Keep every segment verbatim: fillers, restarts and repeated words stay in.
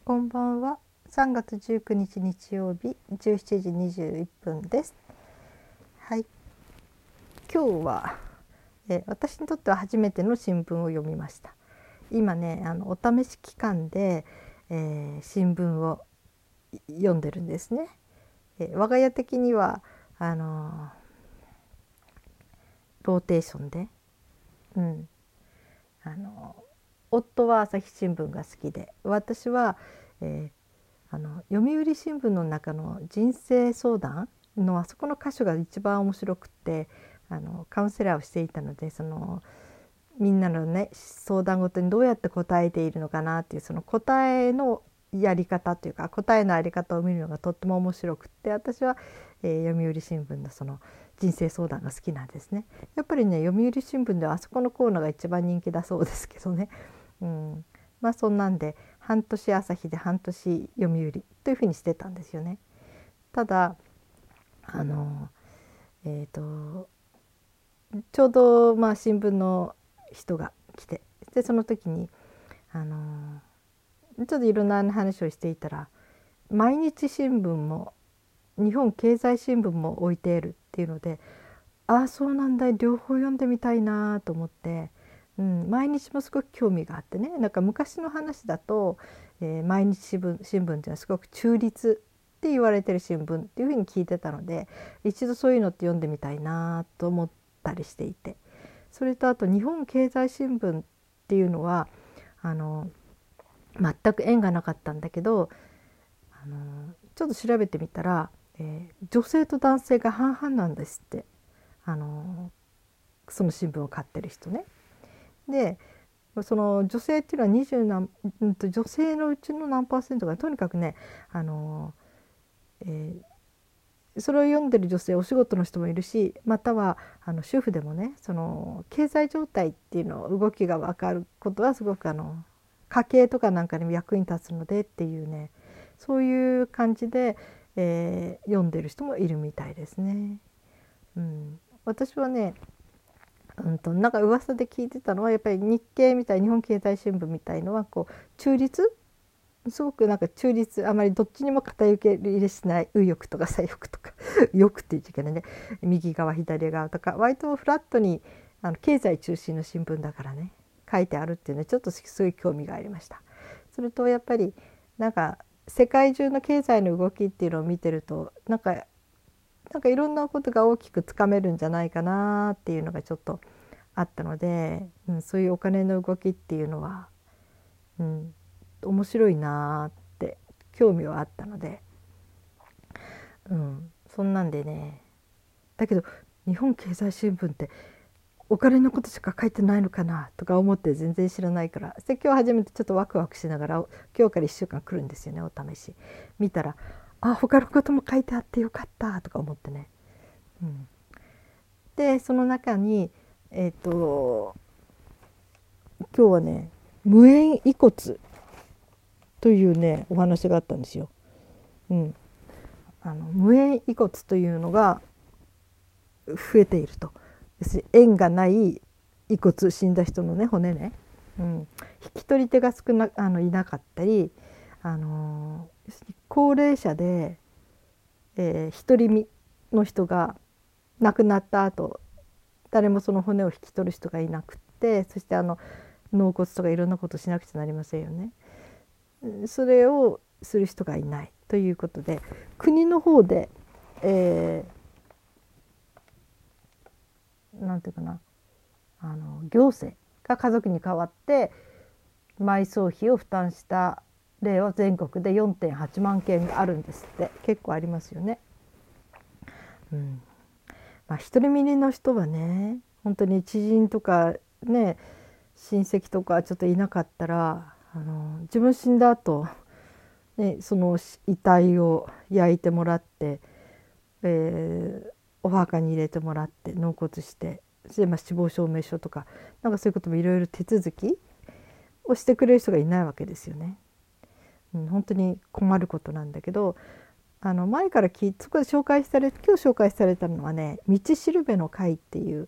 こんばんは。さんがつじゅうくにち日曜日じゅうしちじにじゅういっぷんです。はい、今日は、え私にとっては初めての新聞を読みました。今ね、あのお試し期間で、えー新聞を読んでるんですね。え我が家的にはあのローテーションで、うん、あの夫は朝日新聞が好きで、私は、えーあの読売新聞の中の人生相談のあそこの箇所が一番面白くって、あのカウンセラーをしていたので、そのみんなのね相談ごとにどうやって答えているのかなっていう、その答えのやり方というか答えのあり方を見るのがとっても面白くって、私は、えー読売新聞のその人生相談が好きなんですね。やっぱりね、読売新聞ではあそこのコーナーが一番人気だそうですけどね。うん、まあそんなんで半年朝日で半年読売というふうにしてたんですよね。ただあのえっ、とちょうどまあ新聞の人が来て、でその時にあのちょっといろんな話をしていたら、毎日新聞も日本経済新聞も置いているっていうので、ああそうなんだ、両方読んでみたいなと思って、うん、毎日もすごく興味があってね。なんか昔の話だと、えー毎日新聞、新聞っていうのはすごく中立って言われてる新聞っていうふうに聞いてたので、一度そういうのって読んでみたいなと思ったりしていて、それとあと日本経済新聞っていうのはあの全く縁がなかったんだけど、あのちょっと調べてみたら、えー女性と男性が半々なんですって。あのその新聞を買ってる人ね。でその女性っていうのはにじゅう何、うんと、女性のうちの何パーセントか、とにかくね、あの、えーそれを読んでる女性、お仕事の人もいるし、またはあの主婦でもね、その経済状態っていうの動きが分かることはすごく、あの家計とかなんかにも役に立つのでっていうね、そういう感じで、えー読んでる人もいるみたいですね。うん、私はね、うんと、なんか噂で聞いてたのは、やっぱり日経みたい、日本経済新聞みたいのはこう中立、すごくなんか中立、あまりどっちにも偏りしない、右翼とか左翼とかよくって言っちゃいけないね、右側左側とか割とフラットに、あの経済中心の新聞だからね、書いてあるっていうのはちょっとすごい興味がありました。それとやっぱりなんか世界中の経済の動きっていうのを見てると、なんかなんかいろんなことが大きくつかめるんじゃないかなっていうのがちょっとあったので、うん、そういうお金の動きっていうのは、うん、面白いなって興味はあったので、うん、そんなんでね。だけど日本経済新聞ってお金のことしか書いてないのかなとか思って全然知らないから、で今日初めてちょっとワクワクしながら、今日からいっしゅうかん来るんですよね、お試し。見たら、あ、他のことも書いてあってよかったとか思ってね。うん、でその中に、えっ、と今日はね、無縁遺骨というねお話があったんですよ。うん、あの無縁遺骨というのが増えていると。要するに縁がない遺骨、死んだ人のね骨ね、うん、引き取り手が少なあのいなかったり、あの要するに高齢者で、えー、独り身の人が亡くなった後、誰もその骨を引き取る人がいなくって、そしてあの納骨とかいろんなことしなくちゃなりませんよね。それをする人がいないということで、国の方で、えー、なんていうかな、あの行政が家族に代わって埋葬費を負担した例は全国で よんてんはちまんけんあるんですって。結構ありますよね。うん、まあ、独り身の人はね、本当に知人とかね、親戚とかちょっといなかったら、あの自分死んだ後、ね、その遺体を焼いてもらって、えーお墓に入れてもらって納骨して、それでまあ死亡証明書とかなんかそういうこともいろいろ手続きをしてくれる人がいないわけですよね。うん、本当に困ることなんだけど、あの前から聞いそこで紹介され今日紹介されたのはね、道しるべの会っていう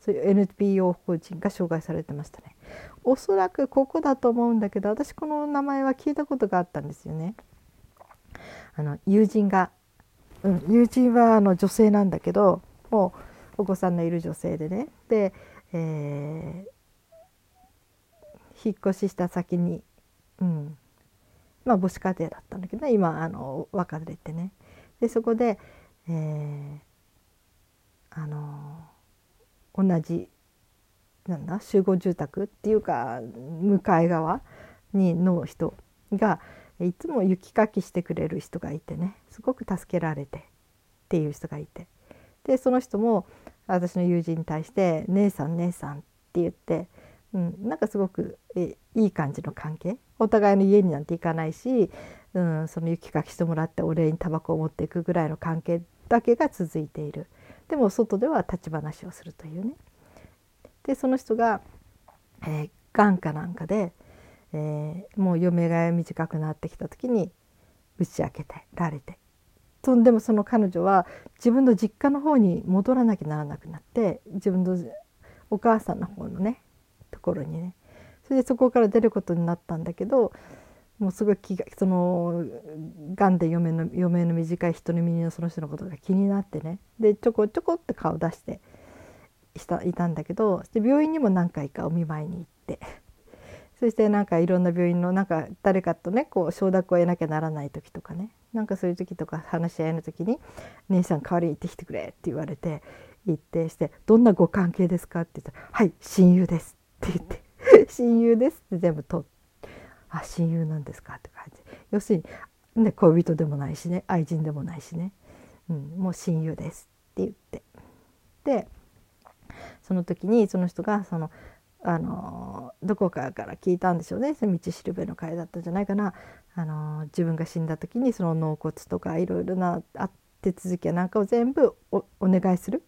そういう エヌピーオー 法人が紹介されてましたね。おそらくここだと思うんだけど、私この名前は聞いたことがあったんですよね。あの友人が、うん、友人はあの女性なんだけど、もうお子さんのいる女性でね、で、えー、引っ越しした先に、うん、まあ母子家庭だったんだけど、ね、今あの別れてね、でそこで、えー、あの同じなんだ集合住宅っていうか向かい側にの人がいつも雪かきしてくれる人がいてね、すごく助けられてっていう人がいて、でその人も私の友人に対して「姉さん姉さん」って言って、うん、なんかすごくえいい感じの関係、お互いの家になんて行かないし、うん、その雪かきしてもらってお礼にタバコを持っていくぐらいの関係だけが続いている。でも外では立ち話をするというね。でその人が、えー、がんかなんかで、えー、もう余命が短くなってきた時に打ち明けてられて、とんでもその彼女は自分の実家の方に戻らなきゃならなくなって、自分のお母さんの方のねところにね、それでそこから出ることになったんだけど、もうすごい気がそのがんで余命の余命の短い人の身のその人のことが気になってね、でちょこちょこって顔出してしたいたんだけど、で病院にも何回かお見舞いに行って、そしてなんかいろんな病院のなんか誰かとねこう承諾を得なきゃならない時とかね、なんかそういう時とか話し合いの時に「姉さん代わりに行ってきてくれ」って言われて行ってして「どんなご関係ですか?」って言ったら「はい親友です」って言って「親友です」って全部取って「あ親友なんですか」って感じ。要するに、ね、恋人でもないしね愛人でもないしね、うん、もう親友ですって言って、でその時にその人がそのあのどこかから聞いたんでしょうね、道しるべの会だったんじゃないかな。あの自分が死んだ時にその納骨とかいろいろな手続きやなんかを全部 お, お願いする、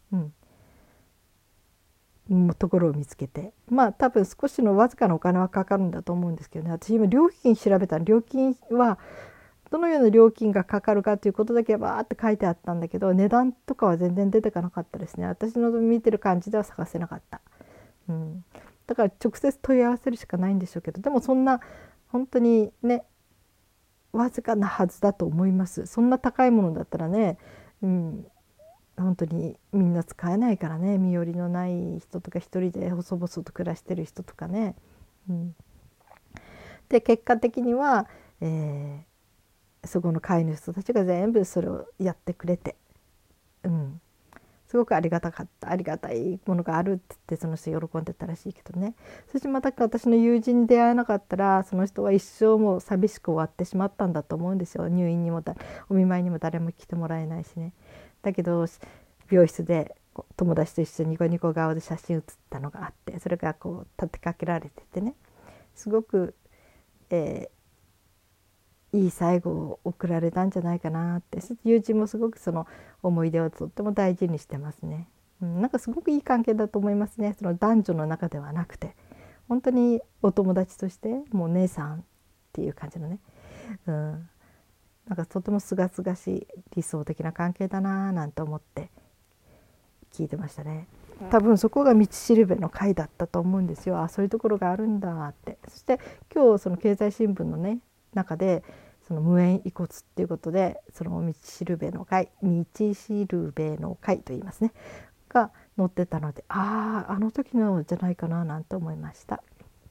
うん、ところを見つけて、まあ多分少しのわずかなお金はかかるんだと思うんですけどね。私今料金調べたら料金はどのような料金がかかるかということだけバーって書いてあったんだけど、値段とかは全然出てこなかったですね。私の見てる感じでは探せなかった。うん、だから直接問い合わせるしかないんでしょうけど、でもそんな本当にねわずかなはずだと思います。そんな高いものだったらね、うん、本当にみんな使えないからね、身寄りのない人とか一人で細々と暮らしてる人とかね、うん、で結果的には、えー、そこの会の人たちが全部それをやってくれて、うん、すごくありがたかった、ありがたいものがあるって言ってその人喜んでたらしいけどね。そしてまた私の友人に出会えなかったらその人は一生もう寂しく終わってしまったんだと思うんですよ。入院にもだお見舞いにも誰も来てもらえないしね。だけど病室で友達と一緒にニコニコ顔で写真写ったのがあって、それがこう立てかけられててね、すごく、えーいい最後を送られたんじゃないかなって。友人もすごくその思い出をとっても大事にしてますね、うん、なんかすごくいい関係だと思いますね。その男女の中ではなくて本当にお友達としてもう姉さんっていう感じのね、うん、なんかとてもすがすがしい理想的な関係だななんて思って聞いてましたね。多分そこが道しるべの会だったと思うんですよ。あ、そういうところがあるんだって。そして今日その経済新聞のね中でその無縁遺骨っていうことでその道しるべの会道しるべの会と言いますねが載ってたので、あああの時のじゃないかななんて思いました。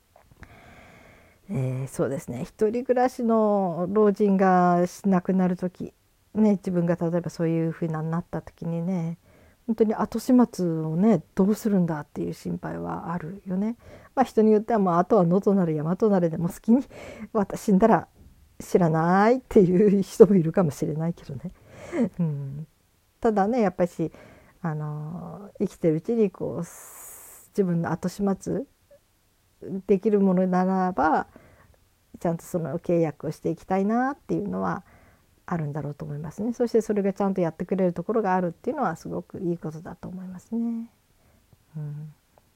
えー、そうですね、一人暮らしの老人が亡くなる時ね、自分が例えばそういうふうになった時にね、本当に後始末をねどうするんだっていう心配はあるよね。まあ人によってはまああとは野となる山となれでも好きに私死んだら知らないっていう人もいるかもしれないけどね、うん、ただねやっぱりしあの生きてるうちにこう自分の後始末できるものならばちゃんとその契約をしていきたいなっていうのはあるんだろうと思いますね。そしてそれがちゃんとやってくれるところがあるっていうのはすごくいいことだと思いますね。うん、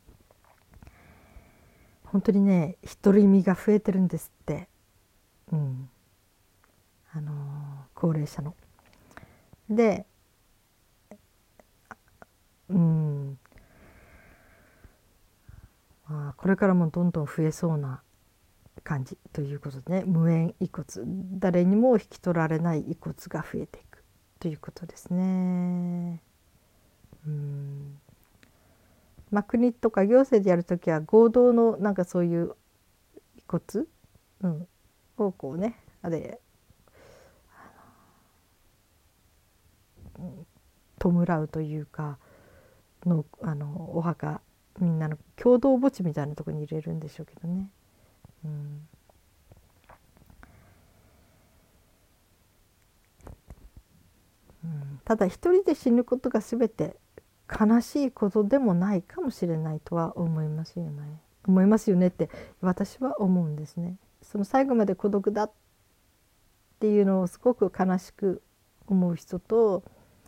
本当にね独り身が増えてるんですって、うん、あの高齢者の。で、うん、 あこれからもどんどん増えそうな感じということでね、無縁遺骨、誰にも引き取られない遺骨が増えていくということですね。うんまあ、国とか行政でやるときは合同のなんかそういう遺骨、うん、をこうねあれ、うん、弔うというかの、あのお墓、みんなの共同墓地みたいなところに入れるんでしょうけどね。うんうん、ただ一人で死ぬことが全て悲しいことでもないかもしれないとは思いますよね。思いますよねって私は思うんですね。その最後まで孤独だっていうのをすごく悲しく思う人と、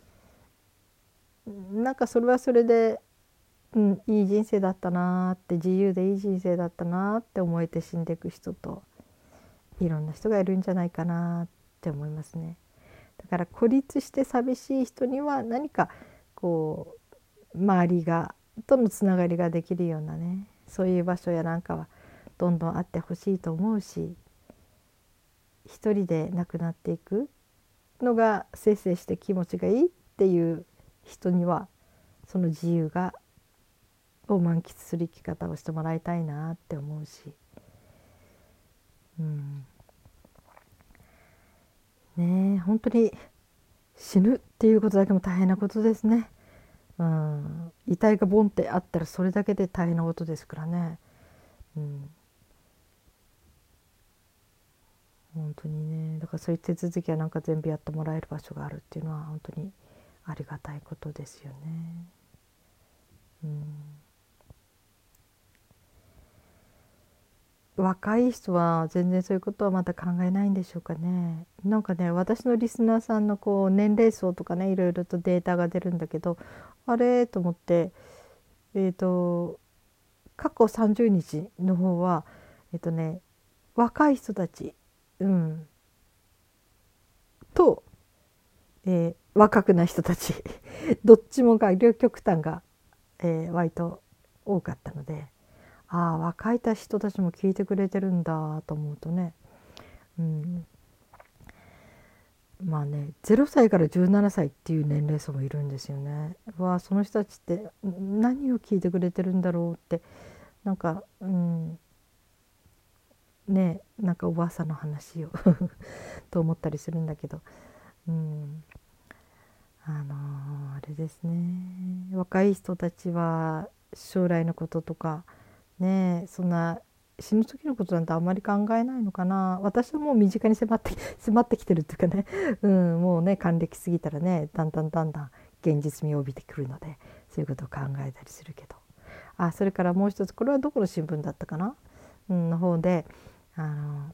なんかそれはそれで、うん、いい人生だったなって、自由でいい人生だったなって思えて死んでいく人と、いろんな人がいるんじゃないかなって思いますね。だから孤立して寂しい人には何かこう周りがとのつながりができるようなね、そういう場所やなんかはどんどんあってほしいと思うし、一人で亡くなっていくのがせいせいして気持ちがいいっていう人にはその自由がを満喫する生き方をしてもらいたいなって思うし、うん、ねえ本当に死ぬっていうことだけも大変なことですね。うん、遺体がボンってあったらそれだけで大変なことですからね。うん、本当にね、だからそういう手続きはなんか全部やってもらえる場所があるっていうのは本当にありがたいことですよね。うん、若い人は全然そういうことはまた考えないんでしょうかね。なんかね、私のリスナーさんのこう年齢層とかね、いろいろとデータが出るんだけど、あれと思って、えっと過去さんじゅうにちの方はえっとね若い人たち、うん、と、えー若くない人たちどっちもが両極端が、えー割と多かったので、ああ若い人たちも聞いてくれてるんだと思うとね、うん、まあねゼロさいからじゅうななさいっていう年齢層もいるんですよね。わあその人たちって何を聞いてくれてるんだろうってなんか、うん、ねなんかおばあさんの話をと思ったりするんだけど、うん、あのーあれですね、若い人たちは将来のこととかね、そんな死ぬ時のことなんてあんまり考えないのかな。私はもう身近に迫って迫ってきてるっていうかね、うん、もうね還暦過ぎたらねだんだんだんだん現実味を帯びてくるので、そういうことを考えたりするけど、あそれからもう一つ、これはどこの新聞だったかな、うん、の方であの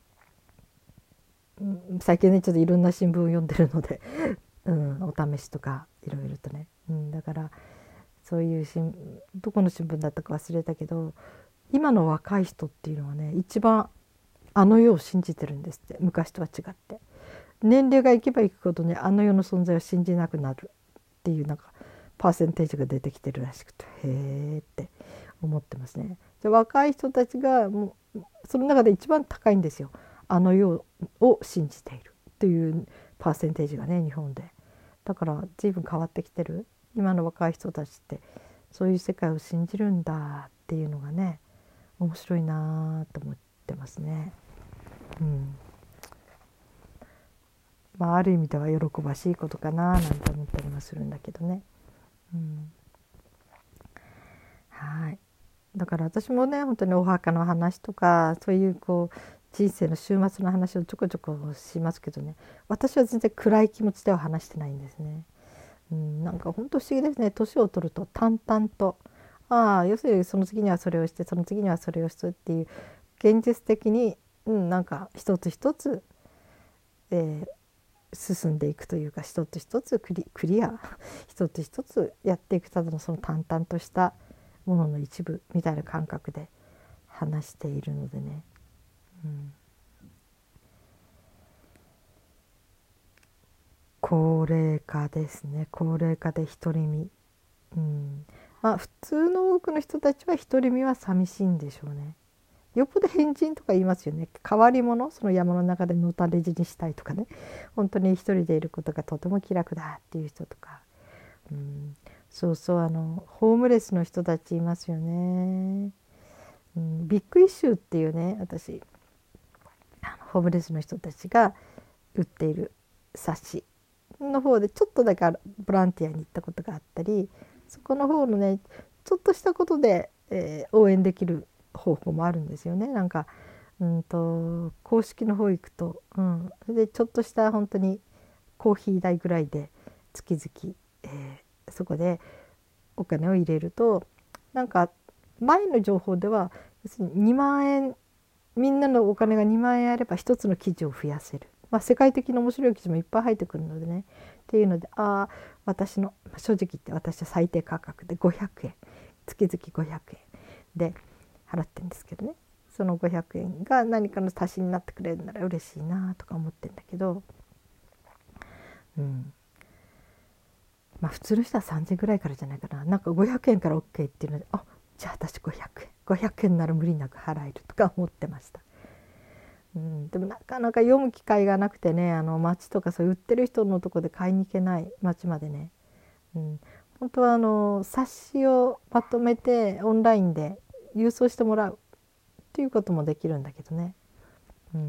うん最近ねちょっといろんな新聞を読んでるのでうん、お試しとかいろいろとね、うん、だからそういう新どこの新聞だったか忘れたけど、今の若い人っていうのはね一番あの世を信じてるんですって。昔とは違って、年齢がいけばいくほどねあの世の存在を信じなくなるっていうなんかパーセンテージが出てきてるらしくて、へえって思ってますね。で若い人たちがもうその中で一番高いんですよ、あの世を信じているというパーセンテージがね日本で。だから随分変わってきてる、今の若い人たちってそういう世界を信じるんだっていうのがね面白いなと思ってますね。うん、まあある意味では喜ばしいことかななんて思ったりもするんだけどね。うん、はいだから私もね本当にお墓の話とかそういうこう人生の終末の話をちょこちょこしますけどね、私は全然暗い気持ちでは話してないんですね。うん、なんか本当不思議ですね。年を取ると淡々と、ああ要するにその次にはそれをしてその次にはそれをしてっていう現実的に、うん、なんか一つ一つ、えー進んでいくというか、一つ一つクリ、クリア一つ一つやっていくただのその淡々としたものの一部みたいな感覚で話しているのでね、うん、高齢化ですね。高齢化で独り身、うん、 まあ普通の多くの人たちは独り身は寂しいんでしょうね。よっぽど変人とか言いますよね。変わり者、その山の中でのたれ死にしたいとかね、本当に一人でいることがとても気楽だっていう人とか、うん、そうそう、あのホームレスの人たちいますよね。うん、ビッグイシューっていうね、私あのホームレスの人たちが売っている冊子の方でちょっとだけボランティアに行ったことがあったり、そこの方のねちょっとしたことで、えー応援できる方法もあるんですよね。なんか、うんと公式の方行くと、うん、それでちょっとした本当にコーヒー代ぐらいで月々、えーそこでお金を入れると、なんか前の情報では要するににまんえん、みんなのお金がにまんえんあれば一つの記事を増やせる、まあ、世界的な面白い記事もいっぱい入ってくるのでね、っていうので、ああ私の正直言って私は最低価格でごひゃくえん、月々ごひゃくえんで払ってるんですけどね、そのごひゃくえんが何かの足しになってくれるなら嬉しいなとか思ってるんだけど、うん、まあ普通の人はさんぜんえんぐらいからじゃないかな。なんかごひゃくえんから OK っていうので、あ、じゃあ私ごひゃくえんごひゃくえんなら無理なく払えるとか思ってました。うん、でもなかなか読む機会がなくてね、あの街とかそういう売ってる人のとこで買いに行けない、街までね、うん、本当はあの冊子をまとめてオンラインで郵送してもらうっていうこともできるんだけどね、うん、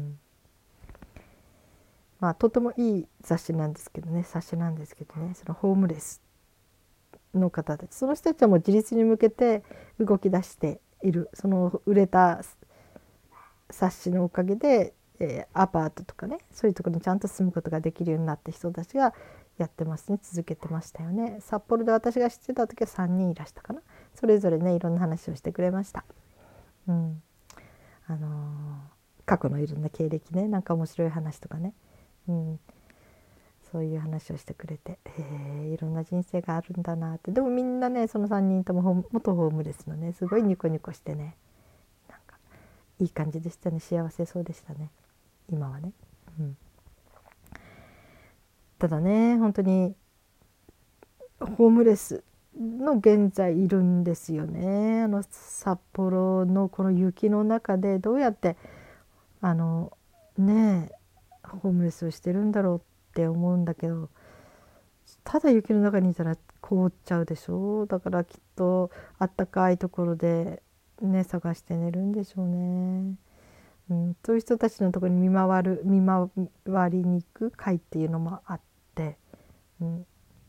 まあとてもいい雑誌なんですけどね、冊子なんですけどね、そのホームレスの方たち、その人たちはもう自立に向けて動き出している、その売れた冊子のおかげで、えー、アパートとかね、そういうところにちゃんと住むことができるようになった人たちがやってますね、続けてましたよね。札幌で私が知ってた時はさんにんいらしたかな。それぞれねいろんな話をしてくれました。うん、あのー過去のいろんな経歴ね、なんか面白い話とかね、うん、そういう話をしてくれて、へえいろんな人生があるんだなって。でもみんなねそのさんにんとも元ホームレスのね、すごいニコニコしてね、なんかいい感じでしたね、幸せそうでしたね今はね、うん、ただね本当にホームレスの現在いるんですよね。あの札幌のこの雪の中でどうやってあのねえホームレスをしてるんだろうって思うんだけど、ただ雪の中にいたら凍っちゃうでしょ。だからきっとあったかいところでね探して寝るんでしょうね。うん、そういう人たちのところに見回る見回りに行く会っていうのもあって、うん、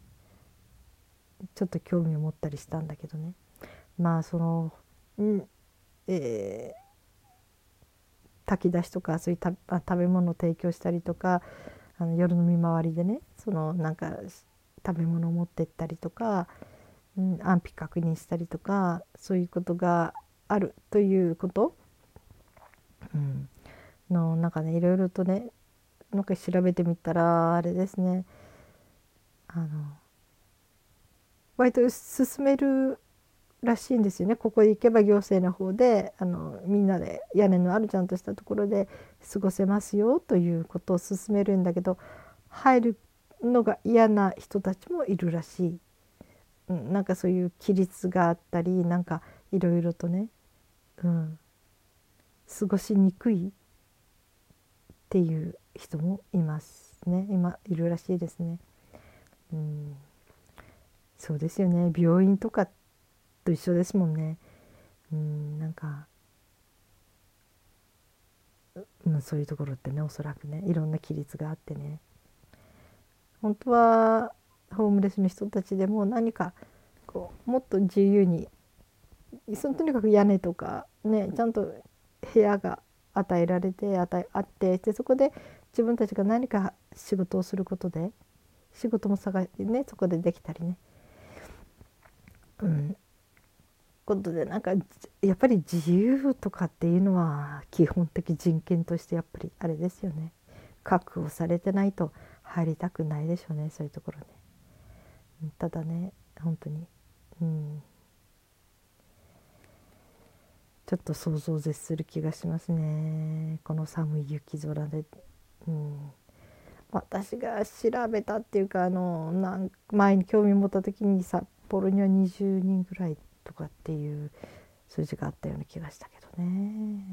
ちょっと興味を持ったりしたんだけどね。まあその、うんえー炊き出しとかそういうたあ食べ物を提供したりとか、あの夜の見回りでね、そのなんか食べ物を持ってったりとか、うん、安否確認したりとか、そういうことがあるということ、うん、のなんかねいろいろとねなんか調べてみたらあれですね、あの割と進めるらしいんですよね。ここへ行けば行政の方であのみんなで屋根のあるちゃんとしたところで過ごせますよということを勧めるんだけど、入るのが嫌な人たちもいるらしい、うん、なんかそういう規律があったりなんかいろいろとね、うん、過ごしにくいっていう人もいますね、今いるらしいですね。うん、そうですよね、病院とかと一緒ですもんね。うん、なんかうん、そういうところってねおそらくねいろんな規律があってね、本当はホームレスの人たちでも何かこうもっと自由に、そのとにかく屋根とかねちゃんと部屋が与えられて与えあって、でそこで自分たちが何か仕事をすることで仕事も探してねそこでできたりね、うん、ことでなんかやっぱり自由とかっていうのは基本的人権としてやっぱりあれですよね。確保されてないと入りたくないでしょうね、そういうところね。ただね本当に、うん、ちょっと想像を絶する気がしますね、この寒い雪空で。うん、私が調べたっていうかあのなん前に興味持った時に札幌にはにじゅうにんぐらいとかっていう数字があったような気がしたけどね、うん、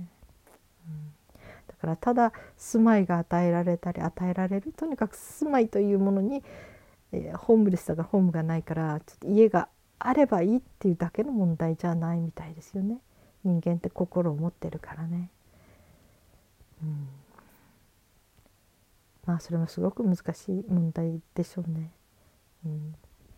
だからただ住まいが与えられたり与えられる、とにかく住まいというものに、えーホームレスだからホームがないからちょっと家があればいいっていうだけの問題じゃないみたいですよね。人間って心を持ってるからね、うん、まあそれもすごく難しい問題でしょうね。うん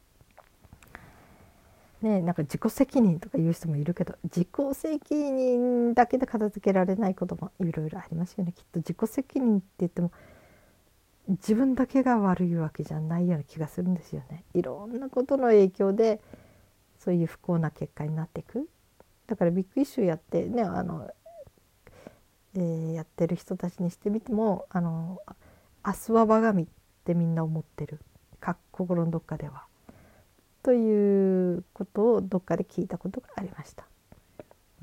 ね、なんか自己責任とか言う人もいるけど、自己責任だけで片付けられないこともいろいろありますよね。きっと自己責任って言っても自分だけが悪いわけじゃないような気がするんですよね。いろんなことの影響でそういう不幸な結果になっていく。だからビッグイシューやってね、あの、えーやってる人たちにしてみても、あの明日は我が身ってみんな思ってる、か心のどっかではということをどっかで聞いたことがありました。うん、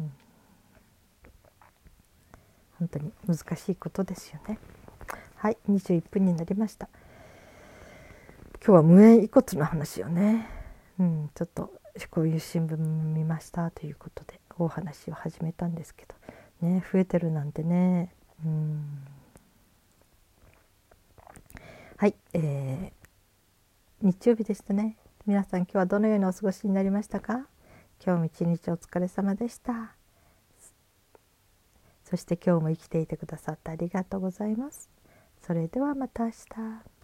本当に難しいことですよね。はい、にじゅういっぷんになりました。今日は無縁遺骨の話をね、うん、ちょっとこういう新聞見ましたということでお話を始めたんですけどね、増えてるなんてね、うん、はい、えー、日曜日でしたね。皆さん今日はどのようにお過ごしになりましたか？今日も一日お疲れ様でした。そして今日も生きていてくださってありがとうございます。それではまた明日。